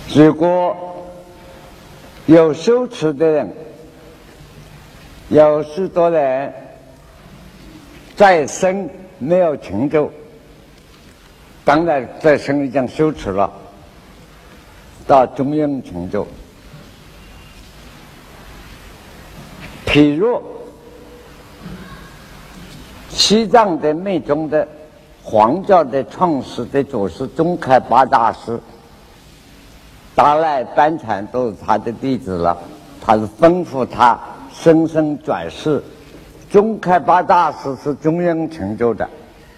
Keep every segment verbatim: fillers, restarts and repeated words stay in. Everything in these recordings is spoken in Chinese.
如果有修持的人，有许多人在生没有成就，当然在生已经修持了，到中庸成就。譬如西藏的密宗的黄教的创始的祖师宗喀巴大师，达赖班禅都是他的弟子了，他是吩咐他生生转世。宗喀巴大师是中庸成就的，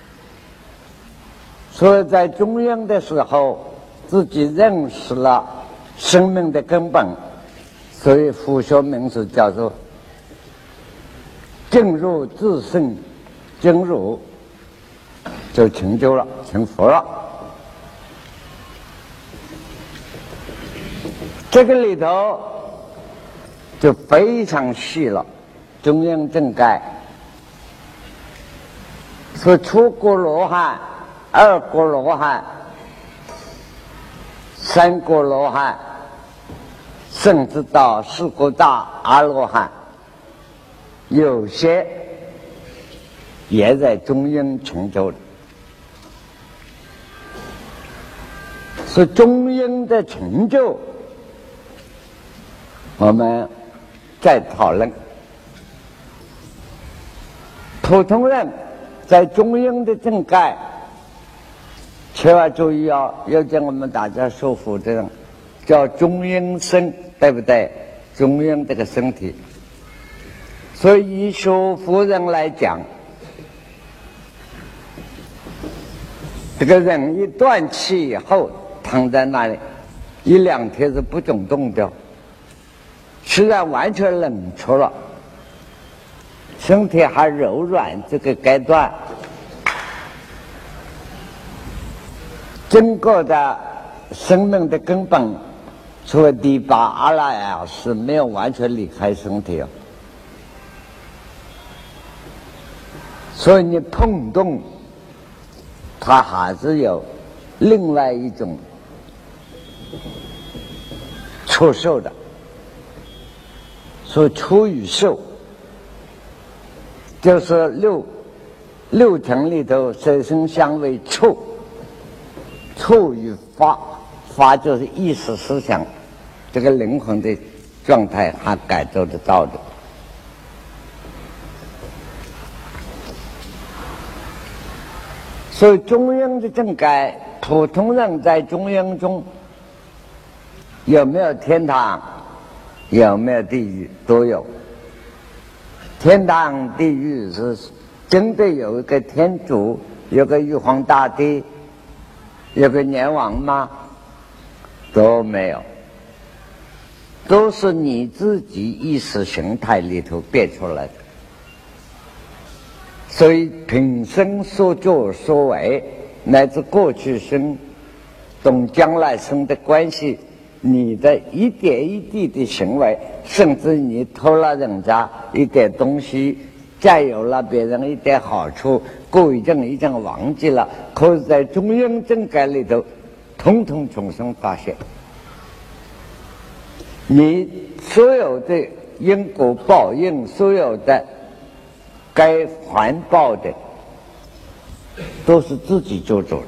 所以在中庸的时候，自己认识了生命的根本，所以佛学名字叫做进入自性真如，就成就了，成佛了。这个里头就非常细了，中庸正盖是初果罗汉、二果罗汉、三果罗汉，甚至到四果大阿罗汉，有些也在中庸成就的。是中庸的成就，我们再讨论。普通人在中庸的正盖，千万注意哦，要叫我们大家受福的人叫中庸身，对不对？中庸这个身体，所以以修福人来讲，这个人一断气以后躺在那里一两天是不准动的，虽然完全冷却了，身体还柔软，这个阶段整个的生命的根本，除了第八阿赖耶是没有完全离开身体，所以你碰动它还是有另外一种触受的，所以触与受就是六六层里头色声香味触，触与法，法就是意识思想，这个灵魂的状态还感受得到的。所以中庸的正盖，普通人在中庸中有没有天堂，有没有地狱，都有。天堂地狱是真的有一个天主，有个玉皇大帝，有个阎王吗？都没有，都是你自己意识形态里头变出来的。所以平生所作所为，乃至过去生同将来生的关系，你的一点一滴的行为，甚至你偷了人家一点东西，占有了别人一点好处，过一阵一阵忘记了，可是在中庸正盖里头统统重新发现。你所有的因果报应，所有的该还报的，都是自己做做的。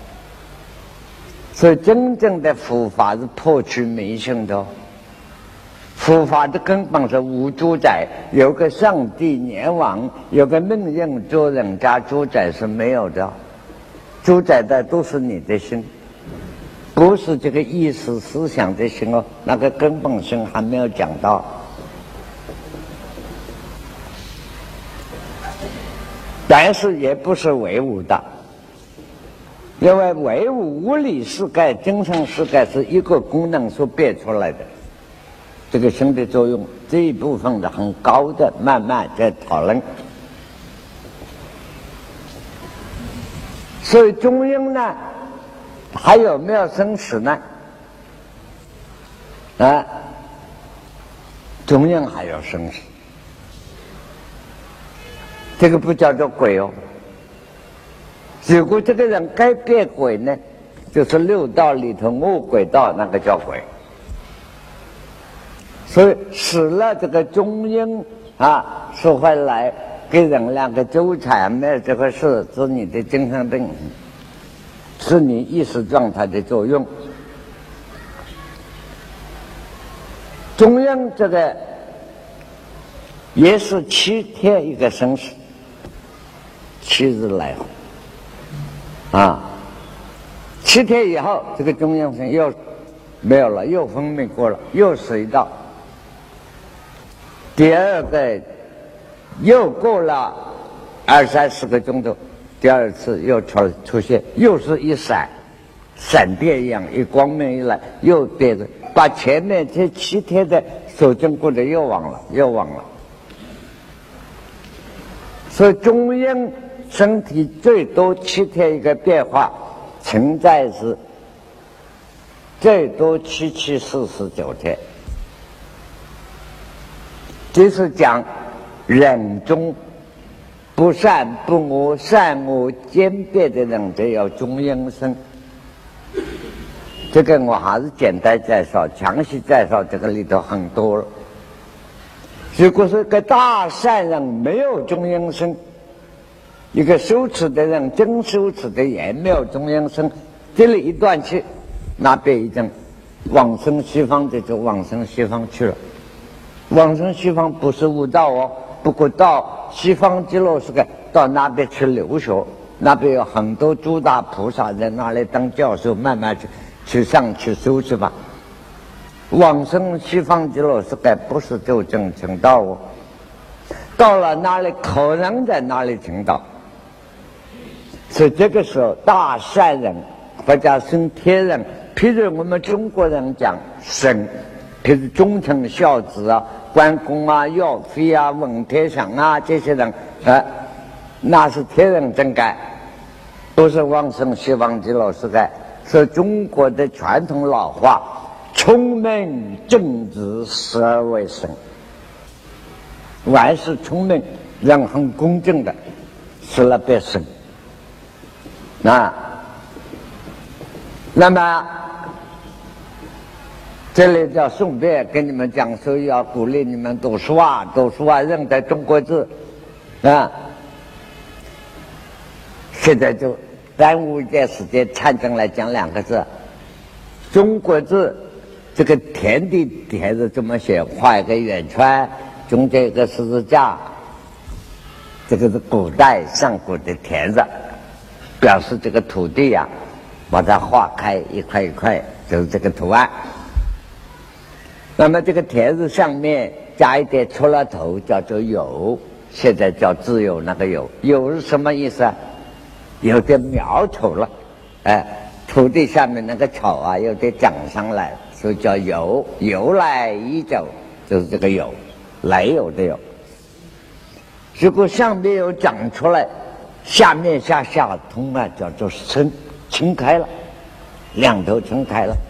所以真正的佛法是破除迷信的，佛法的根本是无主宰，有个上帝阎王，有个命运做人家主宰是没有的，主宰的都是你的心，不是这个意识思想的心哦，那个根本性还没有讲到。但是也不是唯物的，因为唯物物理世界、精神世界是一个功能所变出来的，这个心的作用这一部分是很高的，慢慢在讨论。所以中庸呢，还有没有生死呢？啊，中庸还有生死。这个不叫做鬼哦。如果这个人该变鬼呢， 就是六道里头恶鬼道，那个叫鬼。所以使了这个中阴啊，是会来给人两个纠缠的这个事，是你的精神病，是你意识状态的作用。中阴这个也是七天一个生死，七日来回啊，七天以后这个中阴身又没有了，又分泌过了，又是一道。第二个又过了二三十个钟头，第二次又出出现，又是一闪，闪电一样，一光明一来，又变成把前面这七天的所经过的又忘了，又忘了。所以中阴身体最多七天一个变化，存在是最多七七四十九天。这是讲人中不善不恶、善恶兼备的人，这叫中阴身。这个我还是简单介绍，详细介绍这个里头很多了。如果是个大善人没有中阴身，一个羞耻的人真羞耻的也没有中阴身，这里一断气，那边一阵往生西方的就往生西方去了。往生西方不是悟道哦，不过到西方极乐世界，到那边去留学，那边有很多诸大菩萨在那里当教授，慢慢去去上去修去吧。往生西方极乐世界不是就正成道哦，到了那里可能在那里成道。所以这个时候大善人或者生天人，譬如我们中国人讲神，譬如忠臣孝子啊、关公啊、岳飞啊、文天祥啊这些人，啊，那是天人真该，不是往生西方极乐世界。是中国的传统老话：聪明正直，死而为神。凡是聪明、人很公正的，死了变神。那，那么。这里叫顺便跟你们讲说，要鼓励你们读书啊，读书啊，认得中国字啊。现在就耽误一点时间，掺进来讲两个字。中国字这个田地田字这么写，画一个圆圈，中间一个十字架，这个是古代上古的田字，表示这个土地呀、啊，把它划开一块一块，就是这个图案。那么这个田字上面加一点出了头，叫做有，现在叫自由那个有。有是什么意思啊？有点苗头了，哎，土地下面那个草啊，有点长上来，所以叫有。由来已久，就是这个有，来有的有。如果上面有长出来，下面下下通啊，叫做生，撑开了，两头撑开了。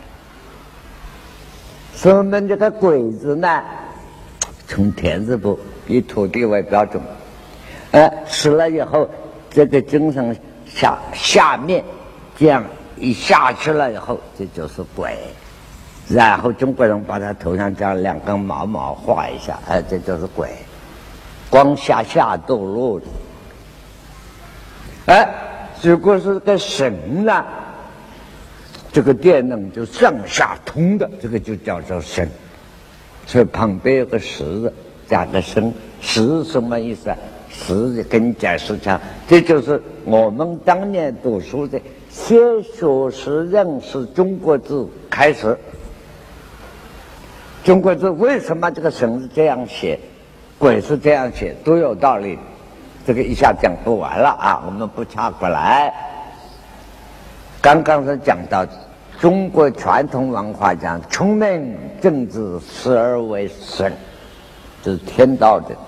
所以我们这个鬼子呢，从田字部以土地为标准，呃，死了以后，这个精神下下面这样一下去了以后，这就是鬼。然后中国人把他头上这样两根毛毛画一下，哎、呃，这就是鬼，光下下堕落的。哎、呃，如果是个神呢？这个电能就上下通的，这个就叫做神。所以旁边有个十字，加个生，十什么意思啊？十跟解释讲，这就是我们当年读书的，先学识认识中国字开始。中国字为什么这个神是这样写，鬼是这样写，都有道理。这个一下讲不完了啊，我们不插过来。刚刚是讲到中国传统文化讲聪明正直，死而为神，这是天道的。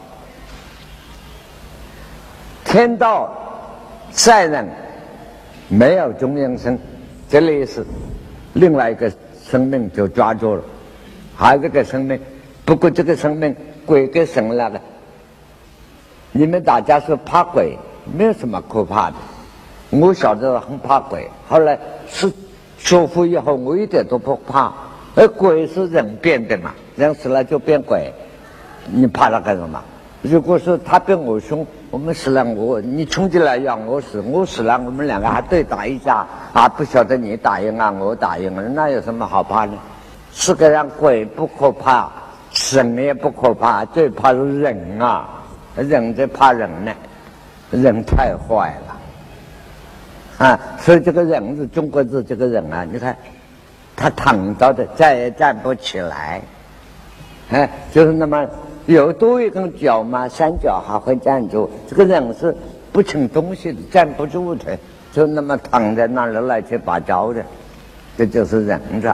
天道善人没有中阴身，这里是另外一个生命就抓住了，还有一个生命。不过这个生命鬼跟神那个，你们大家说怕鬼，没有什么可怕的。我小时候很怕鬼，后来是学佛以后我一点都不怕。而鬼是人变的嘛，人死了就变鬼，你怕他干什么？如果说他比我凶，我们死了我你冲进来要我死，我死了我们两个还对打一架啊，不晓得你打赢啊我打赢了，那有什么好怕呢？世界上鬼不可怕，神也不可怕，最怕是人啊，人最怕人呢，人太坏了啊！所以这个人是中国字，这个人啊，你看他躺着的，站也站不起来，哎，就是那么有多一根脚嘛，三脚还会站住。这个人是不成东西的，站不住的，就那么躺在那里乱七八糟的，这就是人着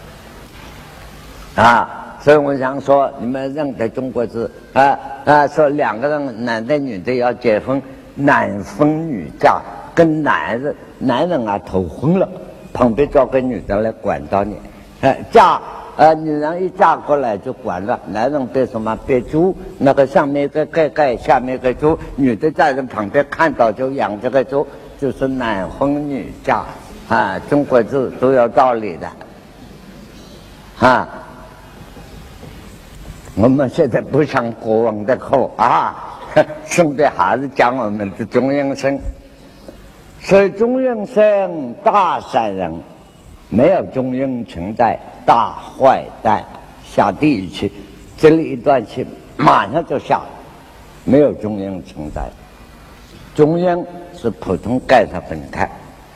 啊。所以我想说，你们认得中国字啊啊，说两个人男的女的要结婚，男婚女嫁，跟男人男人啊头昏了，旁边找个女的来管到你，哎嫁。呃，女人一嫁过来就管了，男人别什么别猪，那个上面一个盖盖，下面一个猪，女的在人旁边看到就养这个猪，就是男婚女嫁啊，中国字都有道理的啊。我们现在不上国王的课啊，顺便还是讲我们的中庸生。所以中庸生大善人，没有中庸存在，大坏蛋下地狱去，这里一断气马上就下，没有中庸存在。中庸是普通盖上分开，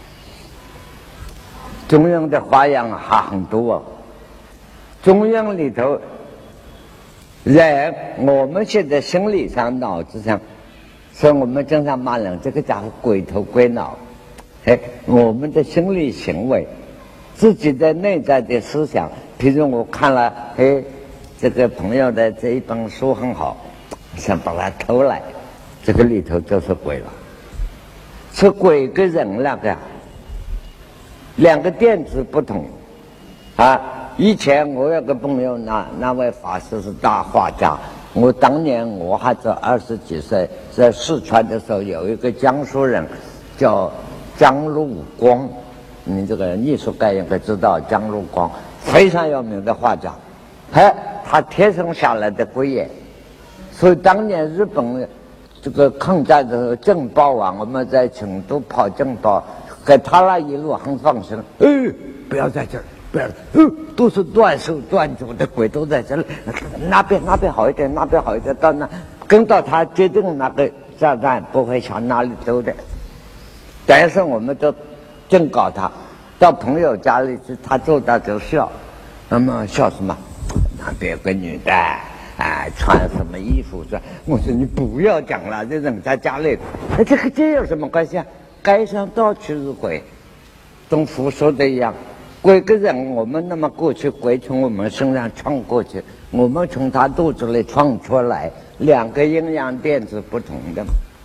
中庸的花样还很多哦。中庸里头人，我们现在心理上脑子上，所以我们经常骂人，这个家伙鬼头鬼脑。哎，我们的心理行为，自己的内在的思想，譬如我看了，哎，这个朋友的这一本书很好，想把它偷来，这个里头就是鬼了。是鬼跟人那个两个电子不同啊。以前我有个朋友，那那位法师是大画家，我当年我还在二十几岁，在四川的时候，有一个江苏人叫张陆光，你这个艺术界应该知道张陆光，非常有名的画家，哎，他天生下来的鬼眼，所以当年日本这个抗战的时候，政报啊，我们在成都跑政报，给他那一路很放声，哎，不要在这儿，不要，呃，都是断手断脚的鬼都在这里，那边那边好一点，那边好一点，到那跟到他决定那个炸弹不会向哪里走的。但是我们就正搞他，到朋友家里去，他坐那就笑，那么笑什么？那边有个女的，啊，穿什么衣服？说，我说你不要讲了，这人在家里，哎，这个这有什么关系啊？街上到处是鬼，跟佛说的一样，鬼跟人，我们那么过去，鬼从我们身上穿过去，我们从他肚子里穿出来，两个阴阳电子不同的。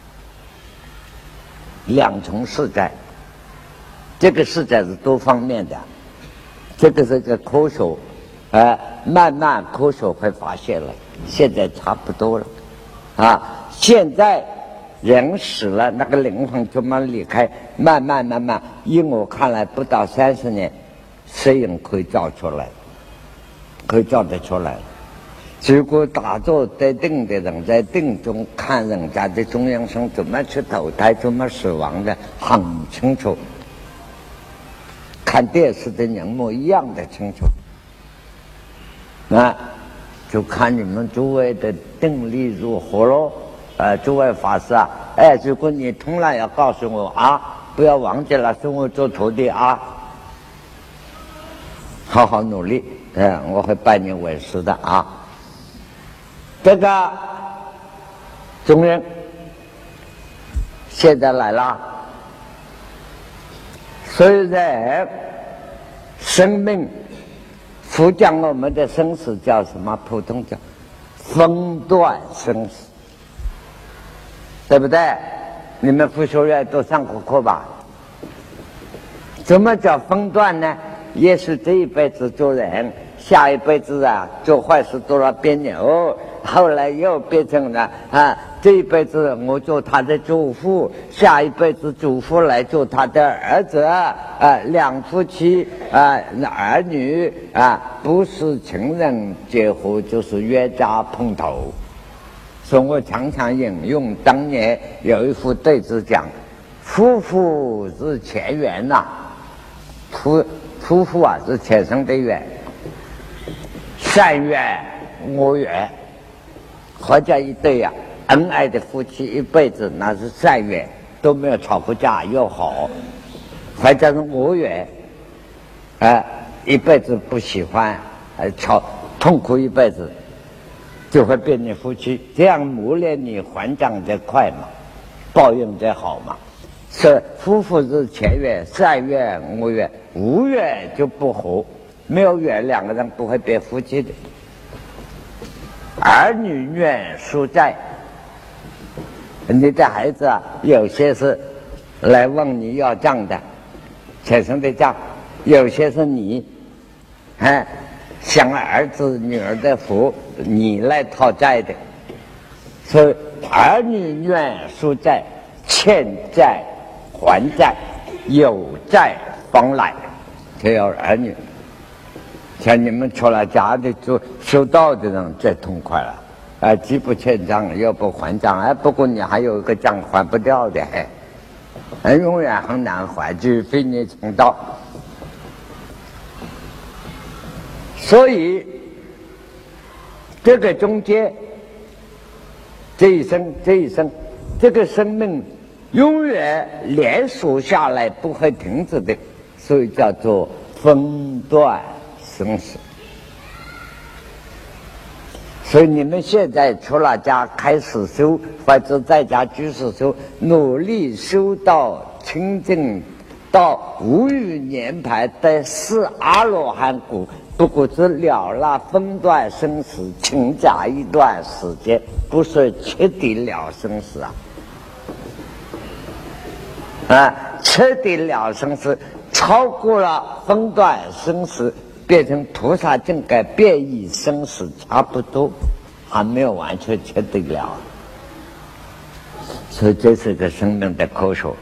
两重世界，这个世界是多方面的，这个是个科学，呃，慢慢科学会发现了，现在差不多了，啊，现在人死了，那个灵魂就慢慢离开，慢慢慢慢，依我看来，不到三十年，摄影可以照出来，可以照得出来。如果打坐在定的人，在定中看人家的中庸生怎么去投胎，怎么死亡的，很清楚。看电视的人模一样的清楚。那就看你们诸位的定力如何咯。呃，诸位法师啊，哎，如果你通了要告诉我啊，不要忘记了送我做徒弟啊，好好努力，嗯，我会拜你为师的啊。这个中庸现在来了，所以人生命，佛讲我们的生死叫什么？普通叫分段生死，对不对？你们佛学院都上过课吧？怎么叫分段呢？也是这一辈子做人，下一辈子啊做坏事做了别扭，后来又变成了啊这一辈子我做他的祖父，下一辈子祖父来做他的儿子啊，两夫妻啊，儿女啊，不是情人结合就是冤家碰头。所以我常常引用当年有一副对子讲：夫妇是前缘呐、啊，夫夫妇啊是前生的缘，善缘恶缘，合在一对呀、啊，恩爱的夫妻一辈子那是善缘，都没有吵过架又好；或者是恶缘，啊、呃，一辈子不喜欢，呃，吵痛苦一辈子。就会变成夫妻，这样磨练你还账得快嘛，报应得好嘛。是夫妇是前缘，善缘恶缘，无缘就不和，没有缘两个人不会变夫妻的。儿女缘属债，你的孩子啊，有些是来问你要账的，前生的账；有些是你，哎。想儿子女儿的福，你来讨债的，所以儿女缘属债，欠债还债，有债方来，这要儿女。像你们出了家的做修道的人最痛快了，啊，既不欠账又不还账，哎，不过你还有一个账还不掉的，哎，永远很难还，除非你成道。所以，这个中间，这一生，这一生，这个生命永远连锁下来，不会停止的，所以叫做分段生死。所以你们现在出了家开始修，或者在家居士修，努力修到清净，到无余年排的四阿罗汉果。不过是了了分段生死，请假一段时间，不是彻底了生死啊！啊，彻底了生死，超过了分段生死，变成菩萨境界，变异生死差不多，还没有完全彻底了。所以这是个生命的科学。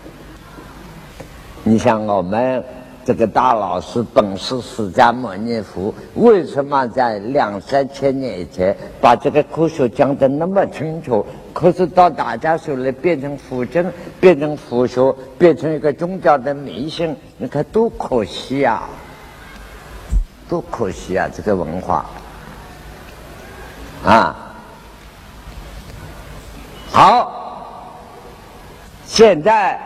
你像我们。这个大老师本是释迦牟尼佛，为什么在两三千年以前把这个科学讲得那么清楚？可是到大家手里变成佛经，变成佛学，变成一个宗教的迷信，你看多可惜啊！多可惜啊！这个文化啊，好，现在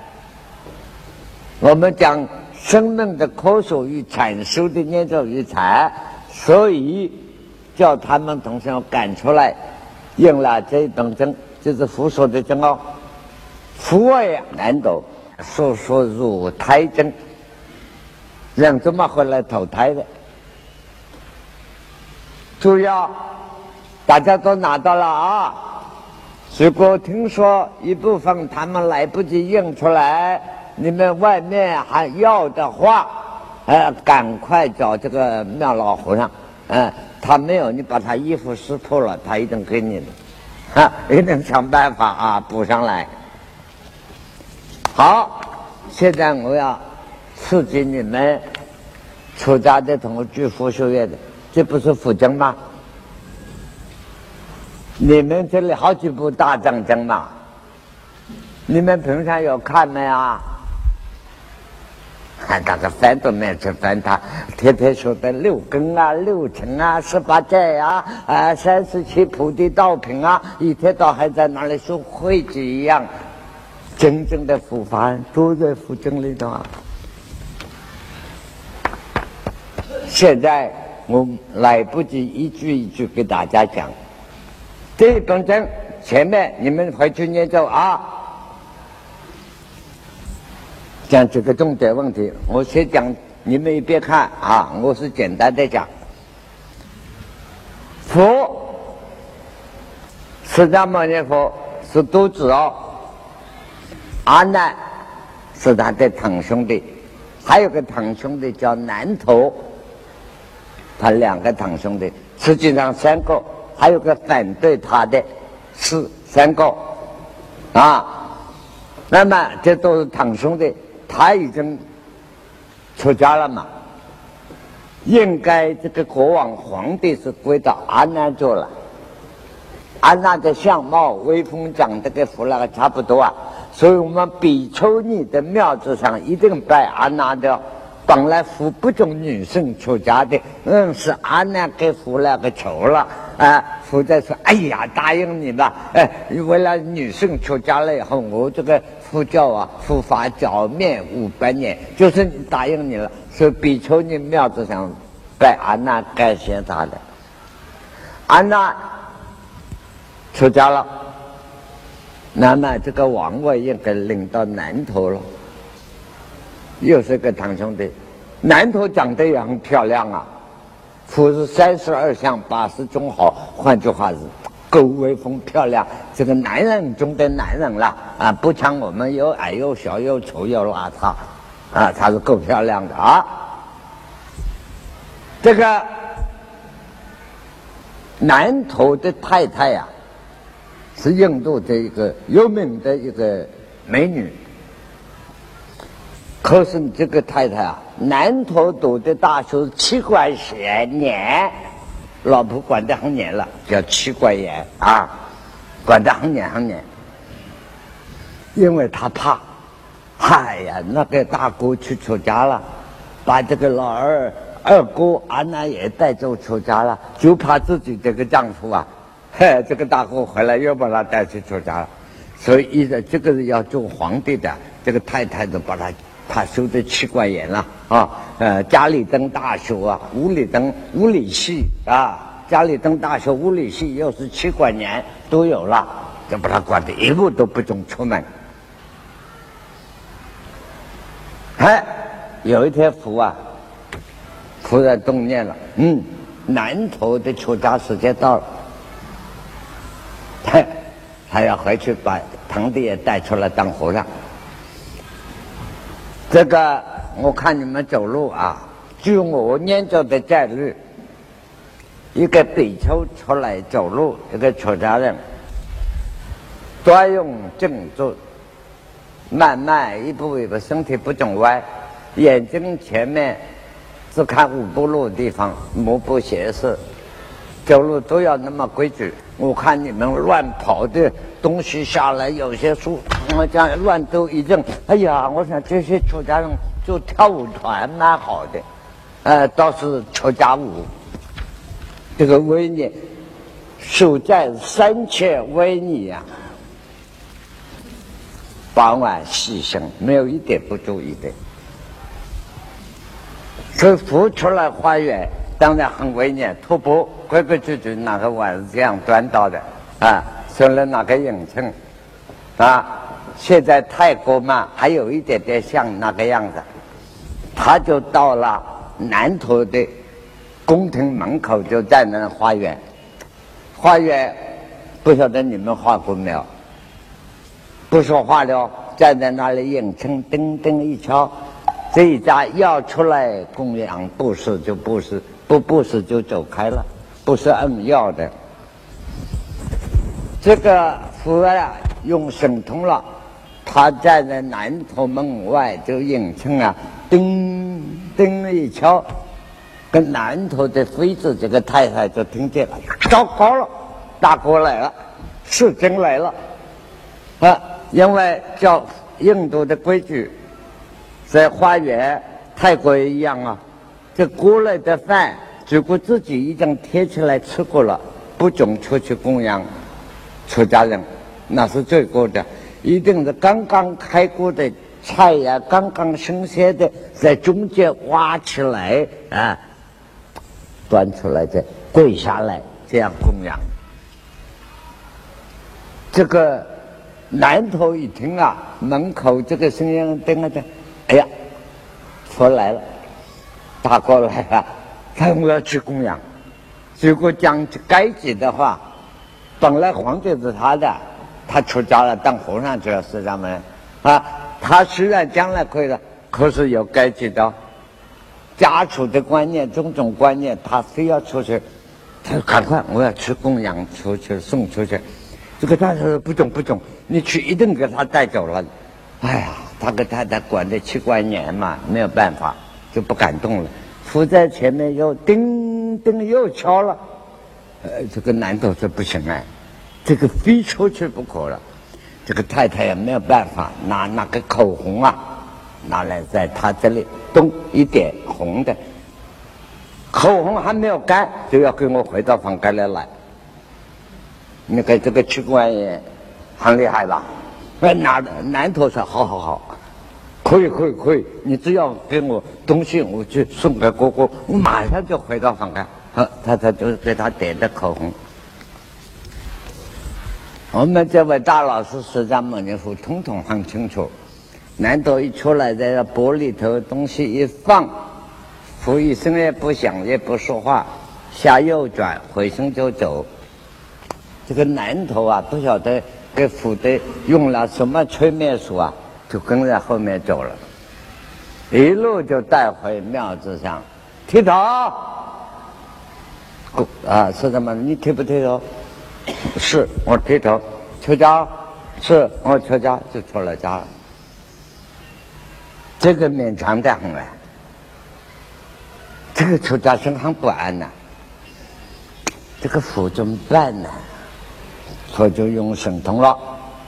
我们讲。生命的科学与阐述的念咒与禅，所以叫他们同学要赶出来，印了这一本经，就是佛说的经哦。佛也难懂，说说入胎经，人怎么会来投胎的？注意啊，大家都拿到了啊。如果听说一部分他们来不及印出来。你们外面还要的话，呃，赶快找这个妙老和尚，嗯、呃，他没有，你把他衣服撕破了，他一定给你的，哈，一定想办法啊补上来。好，现在我要刺激你们出家的同学去佛学院的，这不是佛经吗？你们这里好几部大藏经嘛，你们平常有看没啊？看那个翻都没去翻它，天天说的六根啊、六尘啊、十八债啊、啊三十七菩提道品啊，一天到还在那里说会子一样。真正的佛法都在佛经里头啊。现在我来不及一句一句给大家讲，这一本经前面你们回去念咒啊。讲这个重点问题，我先讲，你们一边看啊，我是简单的讲。佛，释迦牟尼佛是独子哦，阿难是他的堂兄弟，还有个堂兄弟叫南头，他两个堂兄弟，实际上三个，还有个反对他的是三个啊。那么这都是堂兄弟，他已经出家了嘛，应该这个国王皇帝是归到阿难做了。阿难的相貌威风长得跟佛那个差不多啊，所以我们比丘尼的庙子上一定拜阿难的。本来佛不准女生出家的，嗯，是阿难给佛那个求了啊，佛在说，哎呀，答应你了，哎，为了女生出家了以后，我这个佛教啊，佛法教灭五百年，就是你答应你了，所以比丘尼庙子上拜阿难感谢他的。阿难出家了，那么这个王位应该领到南头了。又是个堂兄弟，南头长得也很漂亮啊，佛是三十二相八十种好，换句话是够威风漂亮，这个男人中的男人了啊，不像我们又矮又小又丑又邋遢啊，他是够漂亮的啊。这个南头的太太呀、啊，是印度的一个有名的一个美女。可是这个太太啊，南头读的大学妻管严严，老婆管得很严了，叫妻管严啊，管得很严很严。因为他怕，哎呀，那个大姑去出家了，把这个老二二姑阿难也带走出家了，就怕自己这个丈夫啊，嘿，这个大姑回来又把他带去出家了，所以一直这个是要做皇帝的，这个太太都把他。他修的妻管严了啊，呃，家里登大学啊，屋里登屋里系啊，家里登大学，屋里系又是妻管严都有了，就把他管得一步都不准出门。哎，有一天佛啊，佛在动念了，嗯，南头的出家时间到了，他他要回去把堂弟也带出来当和尚。这个我看你们走路啊，据我研究的戒律，一个比丘出来走路，一个出家人都要用正坐，慢慢一步一步，身体不准歪，眼睛前面只看五步路的地方，目不斜视，走路都要那么规矩。我看你们乱跑的东西下来，有些书我这样乱走一阵，哎呀，我想这些出家人就跳舞团蛮好的，呃，倒是出家舞，这个威尼守在三切威尼呀，傍晚细声，没有一点不注意的。所以佛出来花园当然很威严，徒步规规矩矩，哪个碗是这样端到的啊？送了哪个影称啊？现在泰国嘛，还有一点点像那个样子。他就到了南头的宫廷门口，就在那花园。花园不晓得你们画过没有？不说话了，站在那里影称，噔噔一敲。这一家要出来供养布施就布施，不布施就走开了，不是按要的。这个佛啊用神通了，他站在南头门外就应称啊，叮叮一敲，跟南头的妃子这个太太就听见了，糟糕了，大哥来了，世尊来了啊！因为叫印度的规矩。在花园，泰国也一样啊。这过来的饭，如果自己已经贴起来吃过了，不准出去供养出家人，那是罪过的。一定是刚刚开过的菜呀，刚刚新鲜的，在中间挖起来啊，端出来再跪下来，这样供养。这个南头一听啊，门口这个声音等等。哎呀，佛来了，大哥来了，他我要去供养。如果讲该给的话，本来皇帝是他的，他出家了当和尚去了，释迦牟尼啊，他虽然将来可以了，可是有该给的家属的观念、种种观念，他非要出去，他说赶快我要去供养出去送出去。 这个太太说不中不中，你去一定给他带走了。哎呀，他跟太太管得妻管严嘛，没有办法，就不敢动了。伏在前面又叮叮又敲了，呃，这个男的说不行哎，这个非出去不可了。这个太太也没有办法，拿那个口红啊，拿来在他这里咚一点红的，口红还没有干，就要跟我回到房间来来。你看这个妻管严很厉害吧？那男男头说好好好，可以可以可以，你只要给我东西，我去送给哥哥，我马上就回到房间。好，他他就给他点的口红。我们这位大老师释迦牟尼佛统统很清楚，男头一出来，在这钵里头东西一放，佛一声也不响，也不说话，下右转，回身就走。这个男头啊，不晓得给佛的用了什么催眠术啊，就跟在后面走了，一路就带回庙子上，剃头。啊，是什么？你剃不剃头？是我剃头。出家？是我出家，就出了家了。这个勉强的很啊，这个出家生很不安呐、啊。这个佛怎么办呢？佛就用神通了。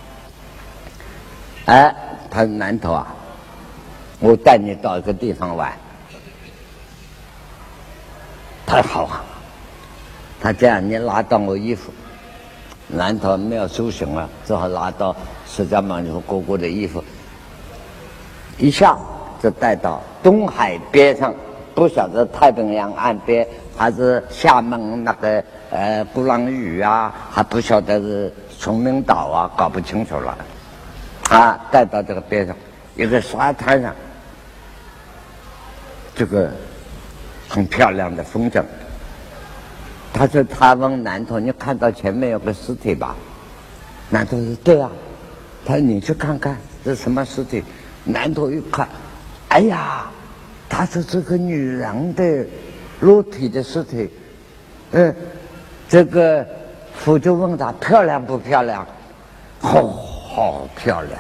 哎，他南头啊，我带你到一个地方玩。太好了，他这样，你拿到我衣服。南头没有修行了，只好拿到释迦牟尼佛哥哥的衣服，一下就带到东海边上，不晓得太平洋岸边还是厦门那个呃鼓浪屿啊，还不晓得是崇明岛啊，搞不清楚了。啊，带到这个边上一个沙滩上，这个很漂亮的风景。他说他问南头，你看到前面有个尸体吧？南头说对啊。他说你去看看这是什么尸体。南头一看，哎呀，他说这个女人的裸体的尸体。嗯，这个佛就问他漂亮不漂亮？哦，好漂亮，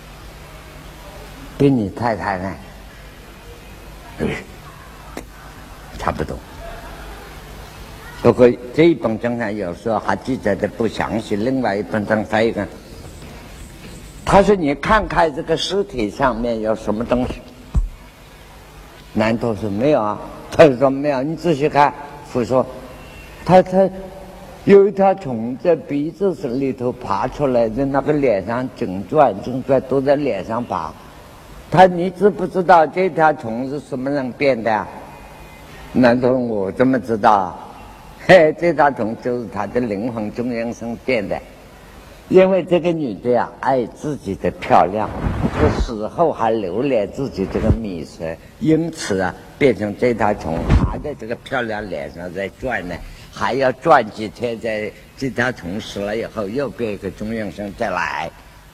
比你太太呢？嗯，差不多。不过这一本经上有时候还记载的不详细，另外一本上还有一个，他说你看看这个尸体上面有什么东西？南头说没有啊，他说没有，你仔细看。佛说，他他有一条虫在鼻子里头爬出来，在那个脸上整转整转，都在脸上爬。他你知不知道这条虫是什么人变的啊？南头我怎么知道啊？嘿，这条虫就是他的灵魂中阴身变的，因为这个女的呀、啊，爱自己的漂亮，就死后还留恋自己这个美色，因此啊，变成这条虫爬在这个漂亮脸上在转呢，还要转几天，在这条虫死了以后，又变一个中阴身再来。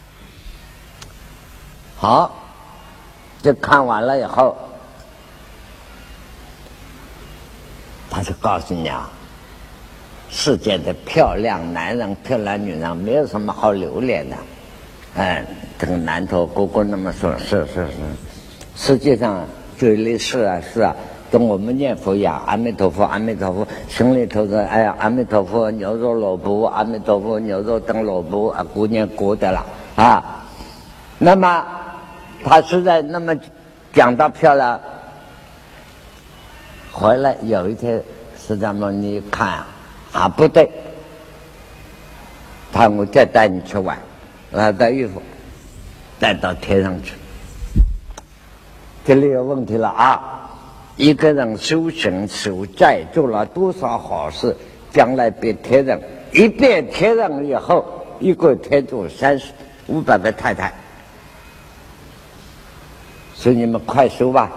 好，这看完了以后，他就告诉你啊。世界的漂亮男人、漂亮女人，没有什么好留恋的。哎，这个南头哥哥那么说，是是是，实际上嘴里是啊是啊，跟我们念佛一样，阿弥陀佛，阿弥陀佛，心里头的哎呀，阿弥陀佛，牛肉萝卜，阿弥陀佛，牛肉炖萝卜啊，姑念过的了啊。那么他实在那么讲到漂亮，回来有一天，释迦牟尼看啊。啊，不对，他我再带你去玩，把带衣服带到天上去。这里有问题了啊！一个人修行守债做了多少好事，将来变天人，一变天人以后，一个天主三十五百个太太，所以你们快修吧。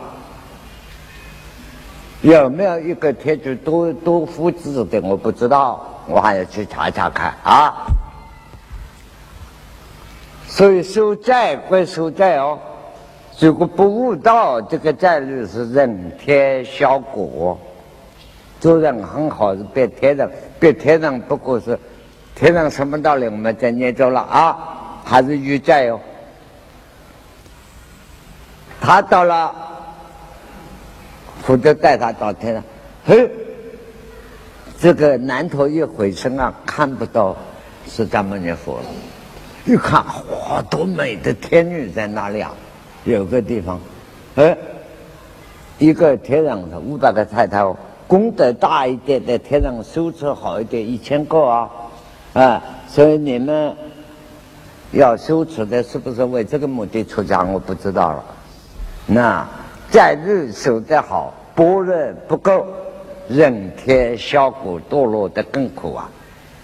有没有一个天主多多复制的？我不知道，我还要去查查看啊。所以收债归收债哦，如果不悟道，这个债率是人天效果。做人很好是变天人，变天人不过是天上什么道理我们再念咒了啊，还是欲在哦。他到了，佛就带他到天上，嘿，这个南头一回身啊，看不到释迦牟尼佛了。一看，哇，多美的天女在那里啊！有个地方，哎，一个天上的五百个太太哦，功德大一点的天上修持好一点，一千个啊，啊，所以你们要修持的是不是为这个目的出家？我不知道了。那在日修得好，般若不够，人天小苦堕落的更苦啊！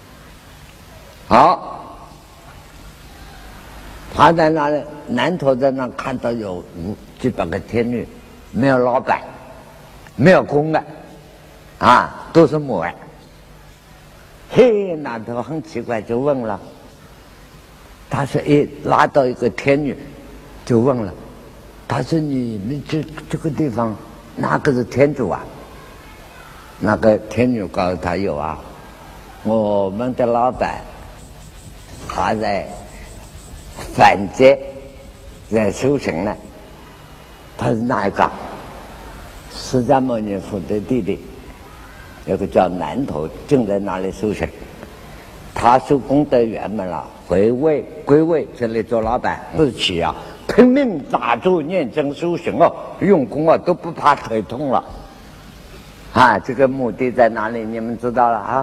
好。他在那里，南头在那看到有五几百个天女，没有老板，没有公的，啊，都是母爱。嘿，南头很奇怪，就问了，他说：“哎，拉到一个天女，就问了，他说你们这这个地方哪个是天主啊？”那个天女告诉他有啊，我们的老板他在反劫在修行呢。他是哪一个？释迦牟尼佛的弟弟，有个叫南头，正在那里修行。他修功德圆满了，回位归位，这里做老板，自己啊拼命打坐念经修行哦，用功啊都不怕腿痛了。啊，这个目的在哪里？你们知道了啊？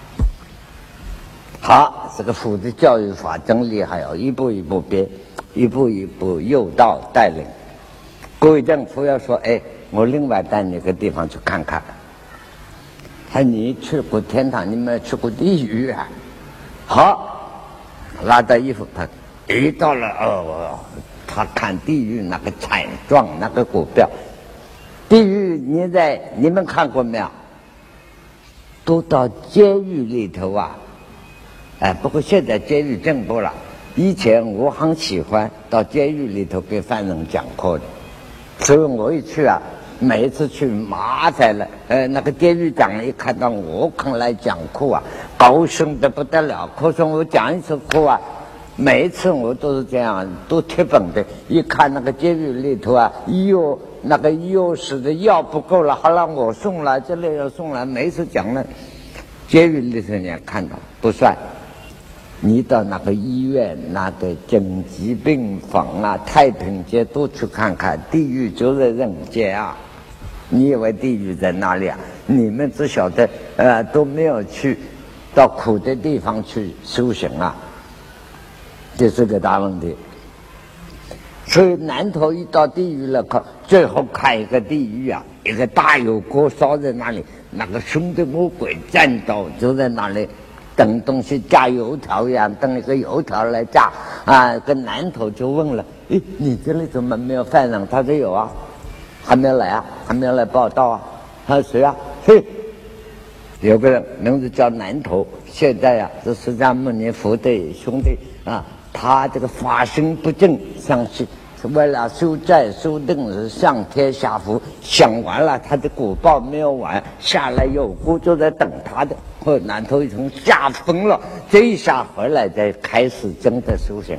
好，这个佛的教育法真厉害哦，一步一步编，一步一步诱导带领。国政府要说，哎，我另外带你个地方去看看。他你去过天堂，你没去过地狱啊？好，拉到衣服，他一到了哦，他看地狱那个惨状，那个股票。地狱，你在你们看过没有？都到监狱里头啊！哎，不过现在监狱进步了。以前我很喜欢到监狱里头给犯人讲课的，所以我一去啊，每一次去麻烦了。呃，那个监狱长一看到我肯来讲课啊，高兴得不得了。可是我讲一次课啊，每一次我都是这样，都贴本的。一看那个监狱里头啊，哟，那个钥匙的药不够了，好了，我送来，这里要送来。每一次讲呢，监狱里头你看到不算。你到那个医院、那个紧急病房啊、太平间都去看看，地狱就在人间啊！你以为地狱在哪里啊？你们只晓得呃都没有去到苦的地方去修行啊，这是个大问题。所以南头一到地狱了，最后看一个地狱啊，一个大油锅烧在那里，那个凶的魔鬼战斗就在那里。等东西炸油条一样，等一个油条来炸啊！跟南头就问了：“诶，你这里怎么没有犯人？”他说：“有啊，还没有来啊，还没有来报道啊。”他说：“谁啊？”嘿，有个人名字叫南头，现在啊是释迦牟尼佛的兄弟啊。他这个法身不正，上去为了修债修定是上天下福，想完了他的果报没有完，下来有姑就在等他的。和南头一从吓疯了，这一下回来再开始真的修行。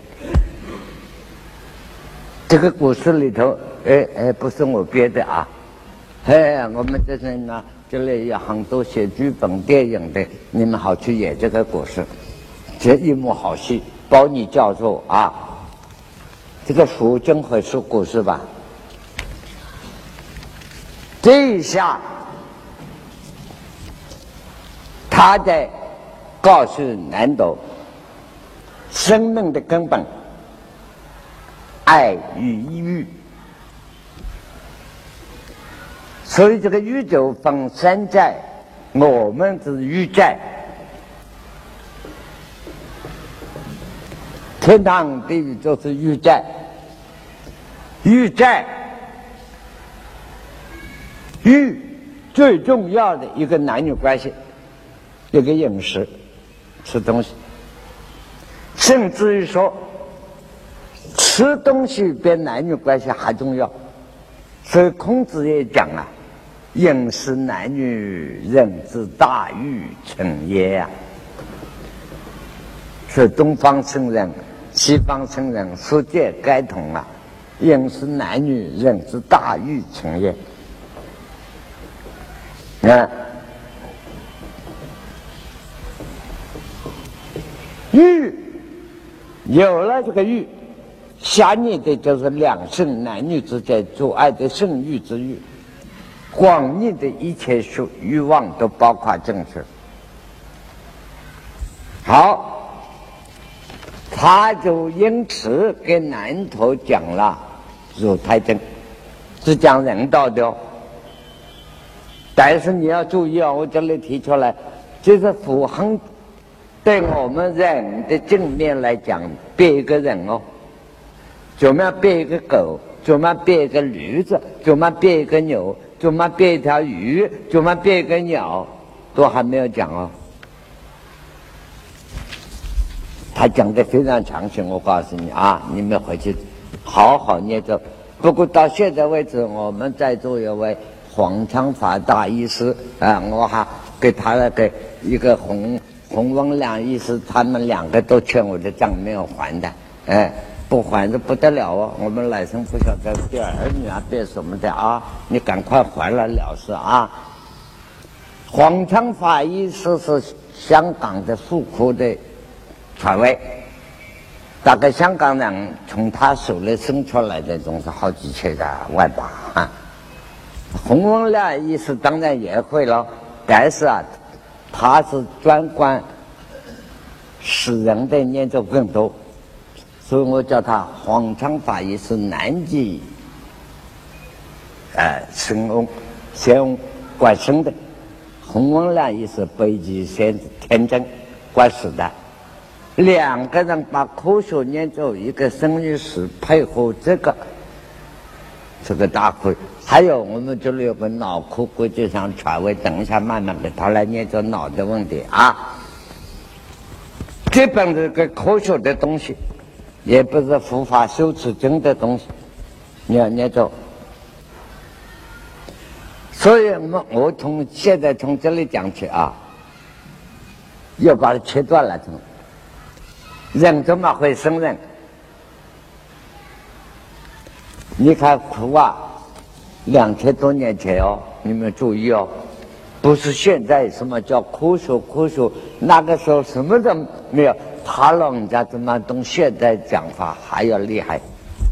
这个故事里头，哎哎，不是我编的啊，哎，我们这是呢，这里有很多写剧本、电影的，你们好去演这个故事，这一幕好戏，包你教授啊。这个佛经会说故事吧？这一下。他在告诉南斗，生命的根本，爱与欲。所以这个宇宙分三债，我们是欲债，天堂地狱就是欲债，欲债，欲最重要的一个男女关系。一个饮食，吃东西，甚至于说，吃东西比男女关系还重要。所以孔子也讲啊，饮食男女，人之大欲成也啊。 是东方圣人、西方圣人世界该同啊，应是男女人之大欲情也。啊，欲有了这个欲，下念的就是两性男女之间做爱的性欲之欲，广义的一切欲欲望都包括进去。好，他就因此给南头讲了入胎经，是讲人道的。但是你要注意啊，我这里提出来，就是符合对我们人的正面来讲，变一个人哦，怎么样变一个狗，怎么样变一个驴子，怎么样变一个牛，怎么样变一条鱼，怎么样变一个鸟，都还没有讲哦。他讲的非常详细，我告诉你啊，你们回去好好念着。不过到现在为止，我们在座有位黄昌法大医师啊，我还给他那个一个洪洪文亮医师，他们两个都欠我的账没有还的，哎，不还的不得了哦！我们来生不晓得对儿女啊变什么的啊，你赶快还了了事啊！黄昌法医师是香港的妇科的权威，大概香港人从他手里生出来的总是好几千个万吧啊。洪文亮医师当然也会了，但是啊，他是专管死人的研究更多，所以我叫他黄昌法医师南极呃生翁先翁管生的，洪文亮医师北极先天真管死的。两个人把科学研究一个生育史配合这个这个大会，还有我们这里有个脑科国际上权威，等一下慢慢给他来研究脑的问题啊。这本这个科学的东西，也不是佛法修持经的东西，你要研究。所以我们我从现在从这里讲起啊，要把它切断了从。人怎么会生人？你看苦啊，两千多年前哦，你们注意哦，不是现在什么叫科学科学，那个时候什么都没有，他老人家怎么懂现在讲法还要厉害。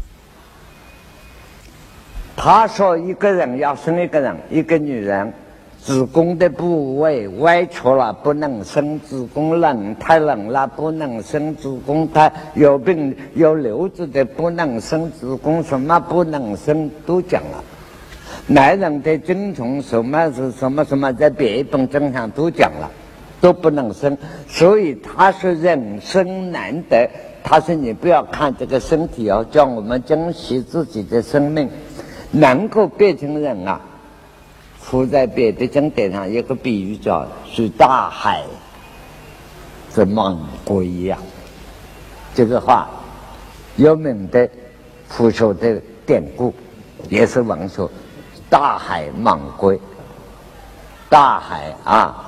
他说一个人要生一个人，一个女人。子宫的部位歪曲了不能生，子宫冷太冷了不能生，子宫太有病有瘤子的不能生，子宫什么不能生都讲了。男人的精虫什么是什么什么，在别一本经上都讲了，都不能生。所以他是人生难得，他说你不要看这个身体哦，叫我们珍惜自己的生命，能够变成人啊。附在别的经典上有个比喻叫是大海是猛龟一样，这个话有名的佛学的典故，也是文学。大海猛龟，大海啊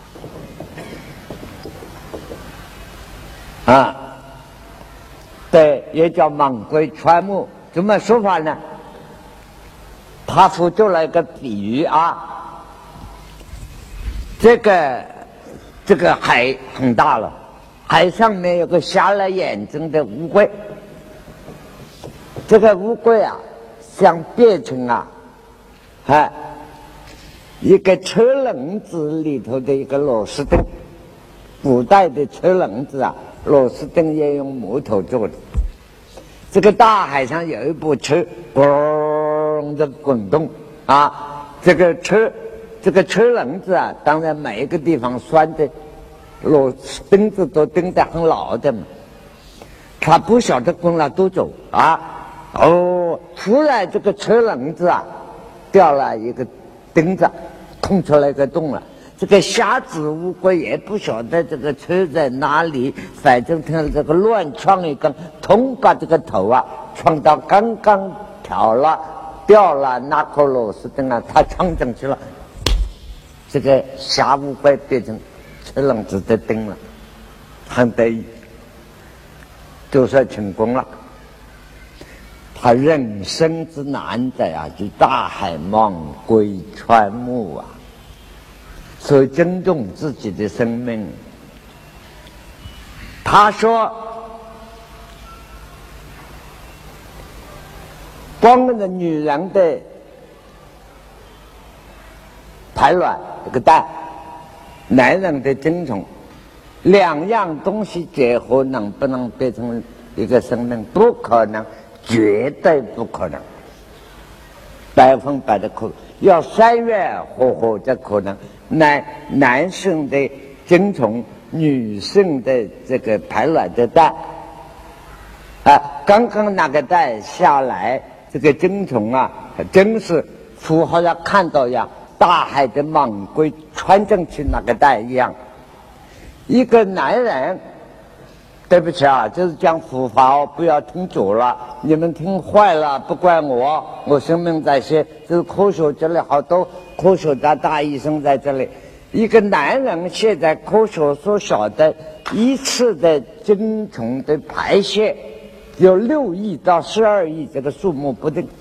啊，对，也叫猛龟穿木，怎么说法呢？他辅助了一个比喻啊，这个这个海很大了，海上面有个瞎了眼睛的乌龟，这个乌龟啊想变成啊啊一个车轮子里头的一个螺丝钉，古代的车轮子啊螺丝钉也用木头做的。这个大海上有一部车嘣的滚动啊，这个车这个车轮子啊，当然每一个地方拴的螺钉子都钉得很牢的嘛，他不晓得滚了多久啊，哦，突然这个车轮子啊掉了一个钉子，空出来一个洞了。这个瞎子乌龟也不晓得这个车在哪里，反正他这个乱撞一根，通把这个头啊撞到刚刚挑了掉了那颗螺丝钉啊，他撞进去了，这个瞎乌龟变成车轮子的钉了，很得意。 都算成功了。他人生之难在啊，就大海茫归川木啊，所以尊重自己的生命。他说，光着女人的排卵这个蛋，男人的精虫，两样东西结合能不能变成一个生命？不可能，绝对不可能，百分百的可能。要三月合合才可能。男男性的精虫，女性的这个排卵的蛋，啊，刚刚那个蛋下来，这个精虫啊，真是符好像看到一样，大海的猛龟穿进去那个蛋一样。一个男人，对不起啊，就是讲佛法哦，不要听左了，你们听坏了不怪我，我生命在先。这是科学，这里好多科学家大医生在这里。一个男人现在科学所晓得，一次的精虫的排泄有六亿到十二亿，这个数目不定。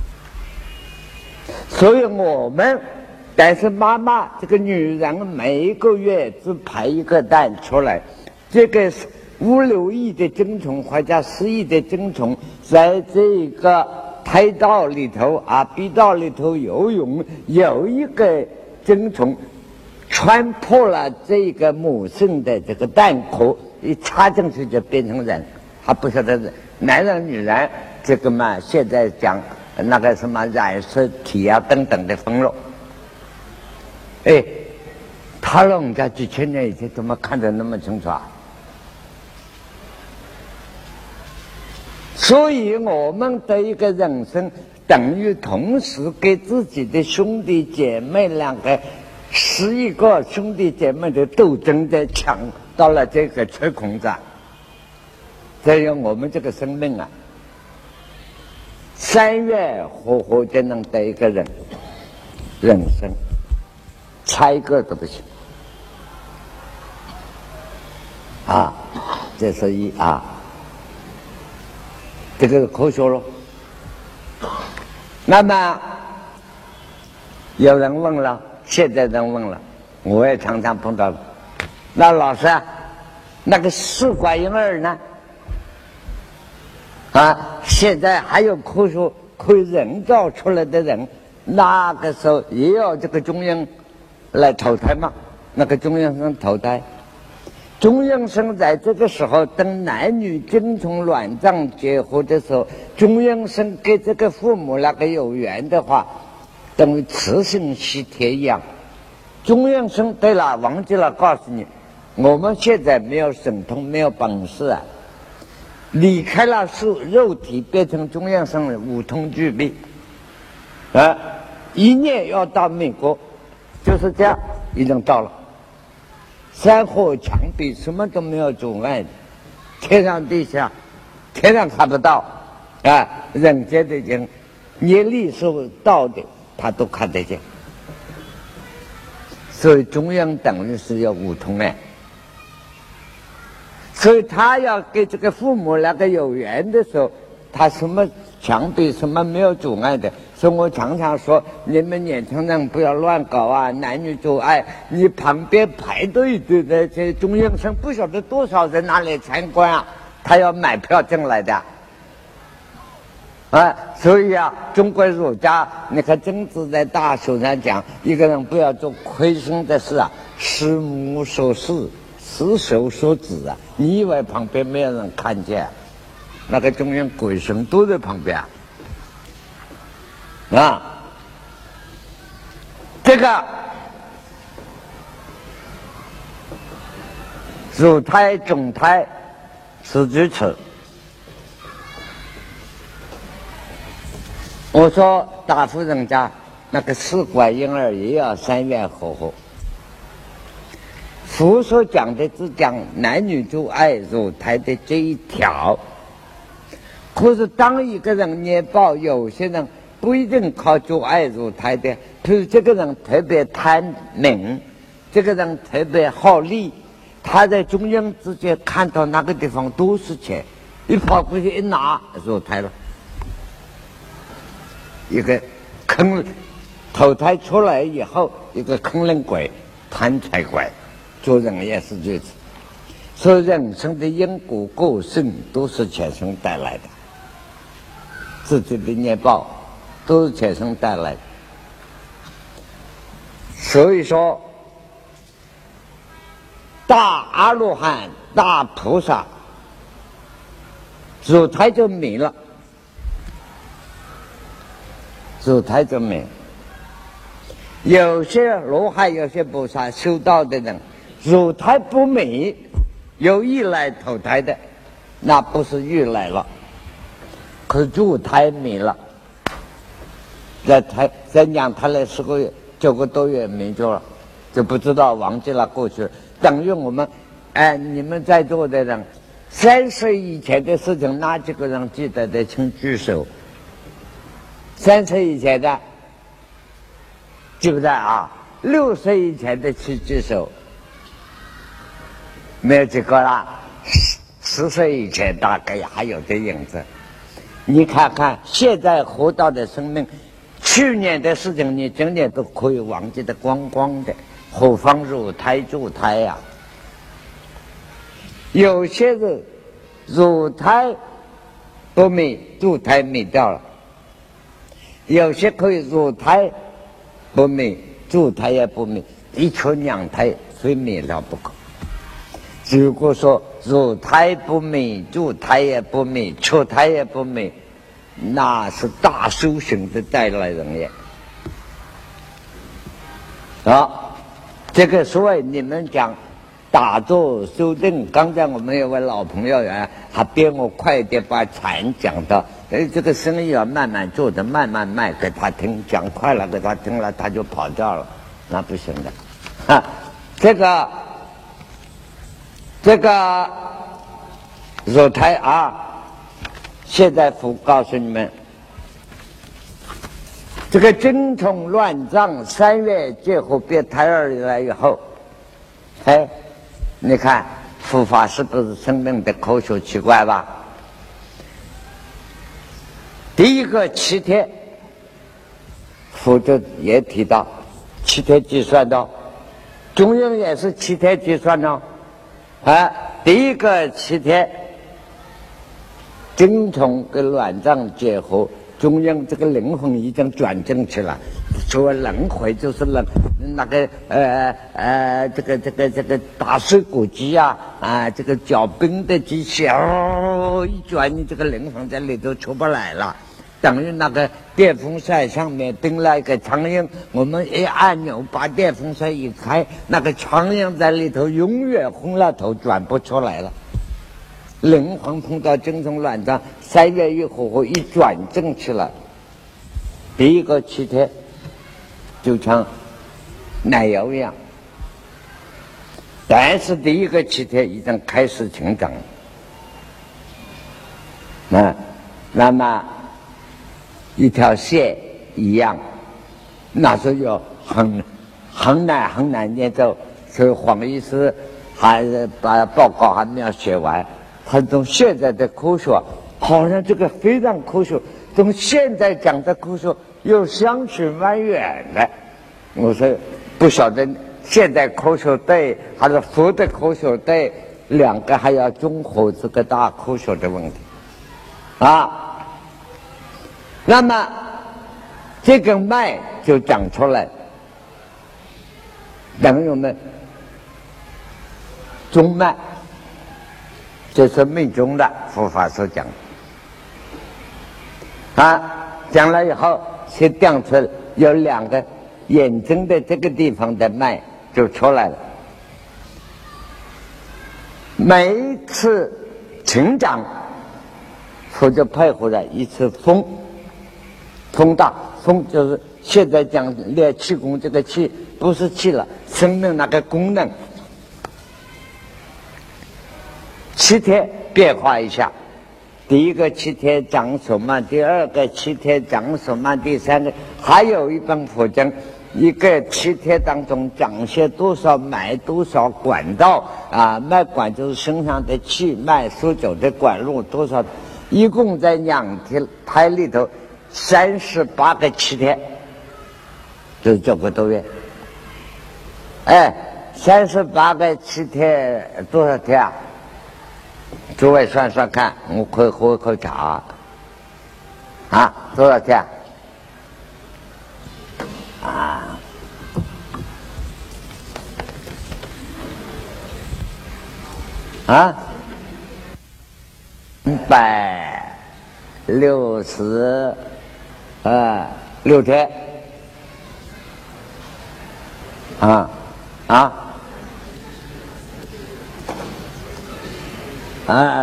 所以我们，但是妈妈这个女人每一个月只排一个蛋出来，这个五六亿的精虫或者十亿的精虫在这个胎道里头啊，鼻道里头游泳，有一个精虫穿破了这个母性的这个蛋壳，一插进去就变成人，还不晓得男人女人这个嘛，现在讲那个什么染色体啊等等的分落。哎，他老人家几千年以前怎么看得那么清楚啊？所以我们的一个人生，等于同时给自己的兄弟姐妹两个十一个兄弟姐妹的斗争在抢到了这个缺空子。这样我们这个生命啊，三月活活就能得一个人人生，差一个都不行啊！这是一啊，这个科学咯。那么有人问了，现在人问了，我也常常碰到了。那老师啊，那个试管婴儿呢？啊，现在还有科学可以人造出来的人，那个时候也要这个中阴来投胎嘛？那个中阴身投胎，中阴身在这个时候，等男女精虫卵脏结合的时候，中阴身跟这个父母那个有缘的话，等于磁性吸铁一样。中阴身，对了，忘记了告诉你，我们现在没有神通，没有本事啊。离开了肉肉体，变成中阴身的五通具备，啊，一念要到美国，就是这样，已经到了。山河墙壁什么都没有阻碍的，天上地下，天上看不到，啊，人间的人，业力所到的，他都看得见。所以中央等于是要五通哎。所以他要给这个父母那个有缘的时候，他什么墙壁什么没有阻碍的。所以我常常说，你们年轻人不要乱搞啊，男女做爱，你旁边排队的那些中阴身不晓得多少人拿来参观啊，他要买票进来的。啊，所以啊，中国儒家，你看曾子在大学上讲，一个人不要做亏心的事啊，师母所事。死手所指啊！你以为旁边没有人看见、啊？那个中央鬼神都在旁边啊！啊，这个乳胎、种胎是如此。我说大夫人家那个试管婴儿也要三月合合。佛所讲的只讲男女做爱乳胎的这一条，可是当一个人年报，有些人不一定靠做爱乳胎的，譬如这个人特别贪名，这个人特别好利，他在中央之间看到那个地方都是钱， 一跑过去一拿入胎了，一个坑，投胎出来以后，一个坑人鬼、贪财鬼，做人也是如此。所以人生的因果过程都是前生带来的，自己的业报都是前生带来的。所以说，大阿罗汉、大菩萨入胎就迷了，入胎就迷。有些罗汉、有些菩萨修道的人，入胎不迷，有意来投胎的，那不是欲来了，可是入胎迷了，在胎在娘胎了十个月、九个多月迷住了，就不知道忘记了过去，等于我们，哎，你们在座的人。三岁以前的事情，哪几个人记得的？请举手。三岁以前的，记不得啊？六岁以前的请举手。没有几个了。十岁以前大概还有点影子。你看看现在活到的生命，去年的事情你今年都可以忘记得光光的，何况入胎入胎呀、啊？有些人入胎不迷，入胎迷掉了；有些可以入胎不迷，入胎也不迷，一求两胎非迷了不可。如果说入胎不迷，入胎也不迷，出胎也不迷，那是大修行的带来人也。好，这个所谓你们讲打坐修正，刚才我们有位老朋友啊，还编我快一点把禅讲到，哎，这个生意要慢慢做的，慢慢卖给他听，讲快了给他听了，他就跑掉了，那不行的。哈，这个这个入胎啊，现在我告诉你们，这个精虫乱胀，三月结合别胎儿来以后，哎。你看佛法是不是生命的科学奇怪吧？第一个七天，佛就也提到七天计算的，中庸也是七天计算的。啊，第一个七天，精虫跟卵胀结合，中庸这个灵魂已经转正去了。所谓轮回就是轮那个呃呃这个这个这个打水果机啊啊这个搅冰的机器哦一转，你这个灵魂在里头出不来了，等于那个电风扇上面钉了一个苍蝇，我们一按钮把电风扇一开，那个苍蝇在里头永远昏了头转不出来了。灵魂碰到精虫乱胀，三月一火火一转正去了，第一个七天就像奶油一样，但是第一个七天已经开始成长了，啊，那么一条线一样，那时候有很很难很难念咒，所以黄医师还把报告还没有写完。他从现在的科学，好像这个非常科学，从现在讲的科学又相去蛮远的。我说不晓得现在科学对还是佛的科学对，两个还要综合这个大科学的问题啊。那么这根脉就长出来，等于我们中脉，这是命中的佛法所讲啊。讲了以后先调出有两个眼睛的这个地方的脉就出来了。每一次成长佛就配合了一次风，风大，风就是现在讲练气功，这个气不是气了，生命那个功能，七天变化一下，第一个七天长什么，第二个七天长什么，第三个还有一本佛经一个气体当中讲些多少脉多少管道啊，脉管就是身上的气脉输走的管路多少，一共在两胎里头三十八个气体，就是九个多月。哎，三十八个气体多少天啊？诸位算算看，我可以喝一口茶啊，多少天啊？啊，一百六十呃六天啊啊啊！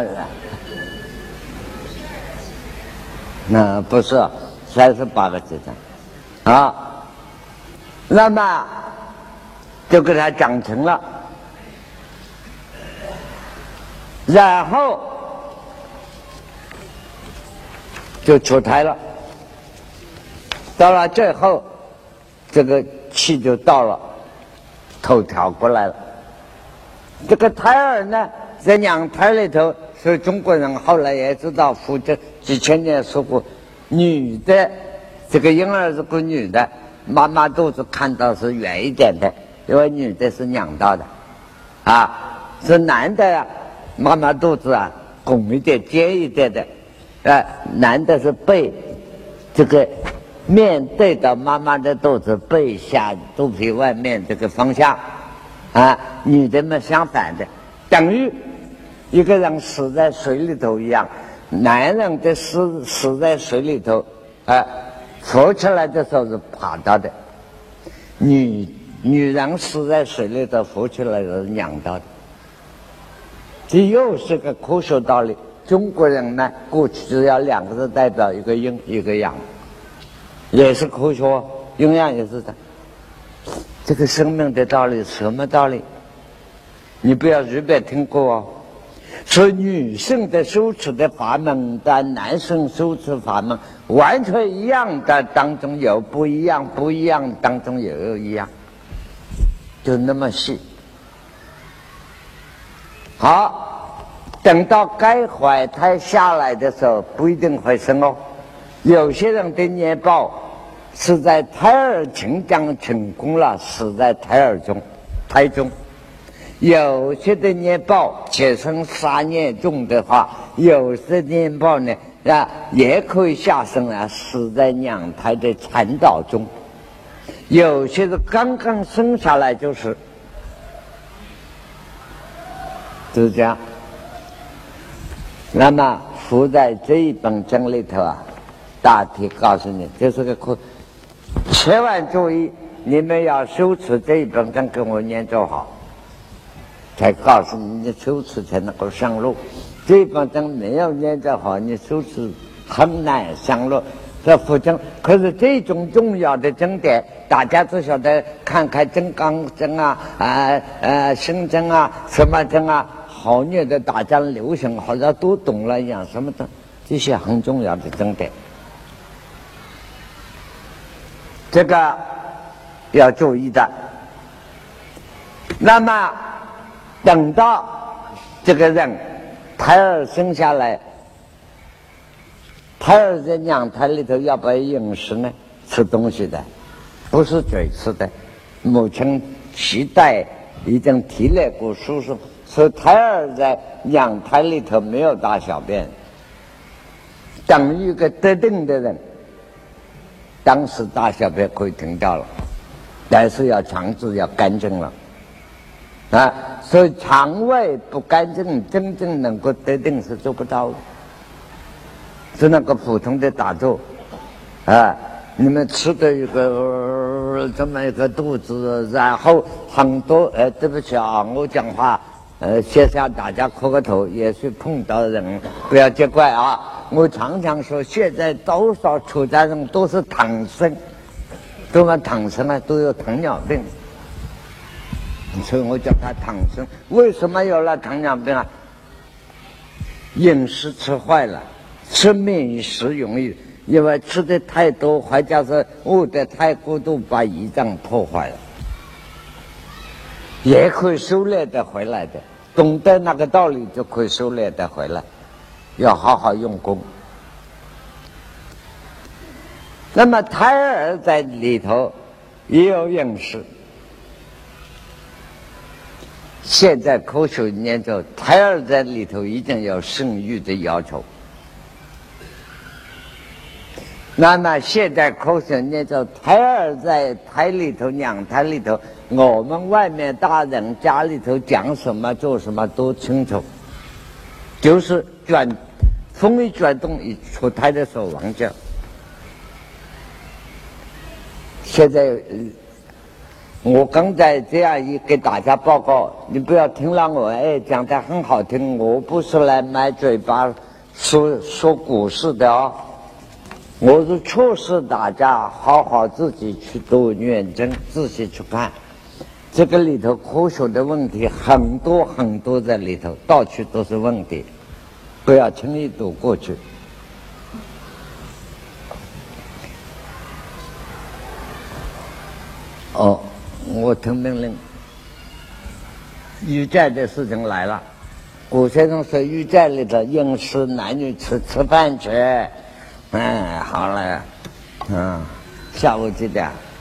那不是三十八个字的啊，那么就给他讲成了。然后就出胎了，到了最后，这个气就到了，头调过来了。这个胎儿呢，在娘胎里头，所以中国人后来也知道，福州几千年说过，女的这个婴儿是个女的，妈妈肚子看到是圆一点的，因为女的是娘到的，啊，是男的呀。妈妈肚子啊，拱一点、尖一点的，啊、呃，男的是背，这个面对到妈妈的肚子，背下肚皮外面这个方向，啊，女的嘛相反的，等于一个人死在水里头一样，男人的死死在水里头，啊、呃，浮起来的时候是爬到的，女女人死在水里头浮起来是仰到的。这又是个科学道理。中国人呢，过去只要两个字代表一个阴一个阳，也是科学，阴阳也是的。这个生命的道理，什么道理？你不要随便听过哦。所以女性的修持的法门跟男生修持法门完全一样的，当中有不一样，不一样当中也有一样，就那么细。好，等到该怀胎下来的时候，不一定会生哦。有些人的年报是在胎儿成长成功了，死在胎儿中、胎中；有些的年报且生杀孽重的话，有些年报呢啊也可以下生啊，死在娘胎的产道中；有些是刚刚生下来就是。就是这样。那么佛在这一本经里头啊，大体告诉你，这是个课，千万注意，你们要修持这一本经，跟我念就好，才告诉你，你修持才能够上路。这一本经没有念就好，你修持很难上路。这佛经，可是这种重要的经典，大家都晓得，看看金刚经啊，啊呃心经啊，什么经啊。好念的，大家流行，好像都懂了一样，什么的，这些很重要的经典，这个要注意的。那么等到这个人胎儿生下来，胎儿在娘胎里头要不要饮食呢？吃东西的，不是嘴吃的，母亲脐带已经提炼过输送。所以胎儿在娘胎里头没有大小便，等于一个得定的人，当时大小便可以停掉了，但是要肠子要干净了啊！所以肠胃不干净，真正能够得定是做不到的，是那个普通的打坐啊！你们吃的一个、呃、这么一个肚子，然后很多呃，对不起啊，我讲话。呃，先向大家磕个头，也是碰到人，不要见怪啊！我常常说，现在多少出家人都是躺生，都嘛躺生啊，都有糖尿病，所以我叫他躺生。为什么有了糖尿病啊？饮食吃坏了， 生命实容易，因为吃的太多，或者是悟得太过度，把胰脏破坏了，也可以修炼的回来的。懂得那个道理，就可以修炼的回来。要好好用功。那么胎儿在里头也有饮食。现在科学研究，胎儿在里头一定有生育的要求。那么现在科学研究，胎儿在胎里头、娘胎里头，我们外面大人家里头讲什么做什么都清楚，就是转风一转动，一出胎的时候忘掉。现在我刚才这样一给大家报告，你不要听了我哎讲得很好听，我不是来买嘴巴说说故事的哦，我是促使大家好好自己去读认真，仔细去看，这个里头科学的问题很多很多在里头，到处都是问题，不要轻易读过去。哦，我听命令，欲寨的事情来了。古先生说，欲寨里的饮食，男女吃吃饭去。嗯，好了，嗯，下午几点？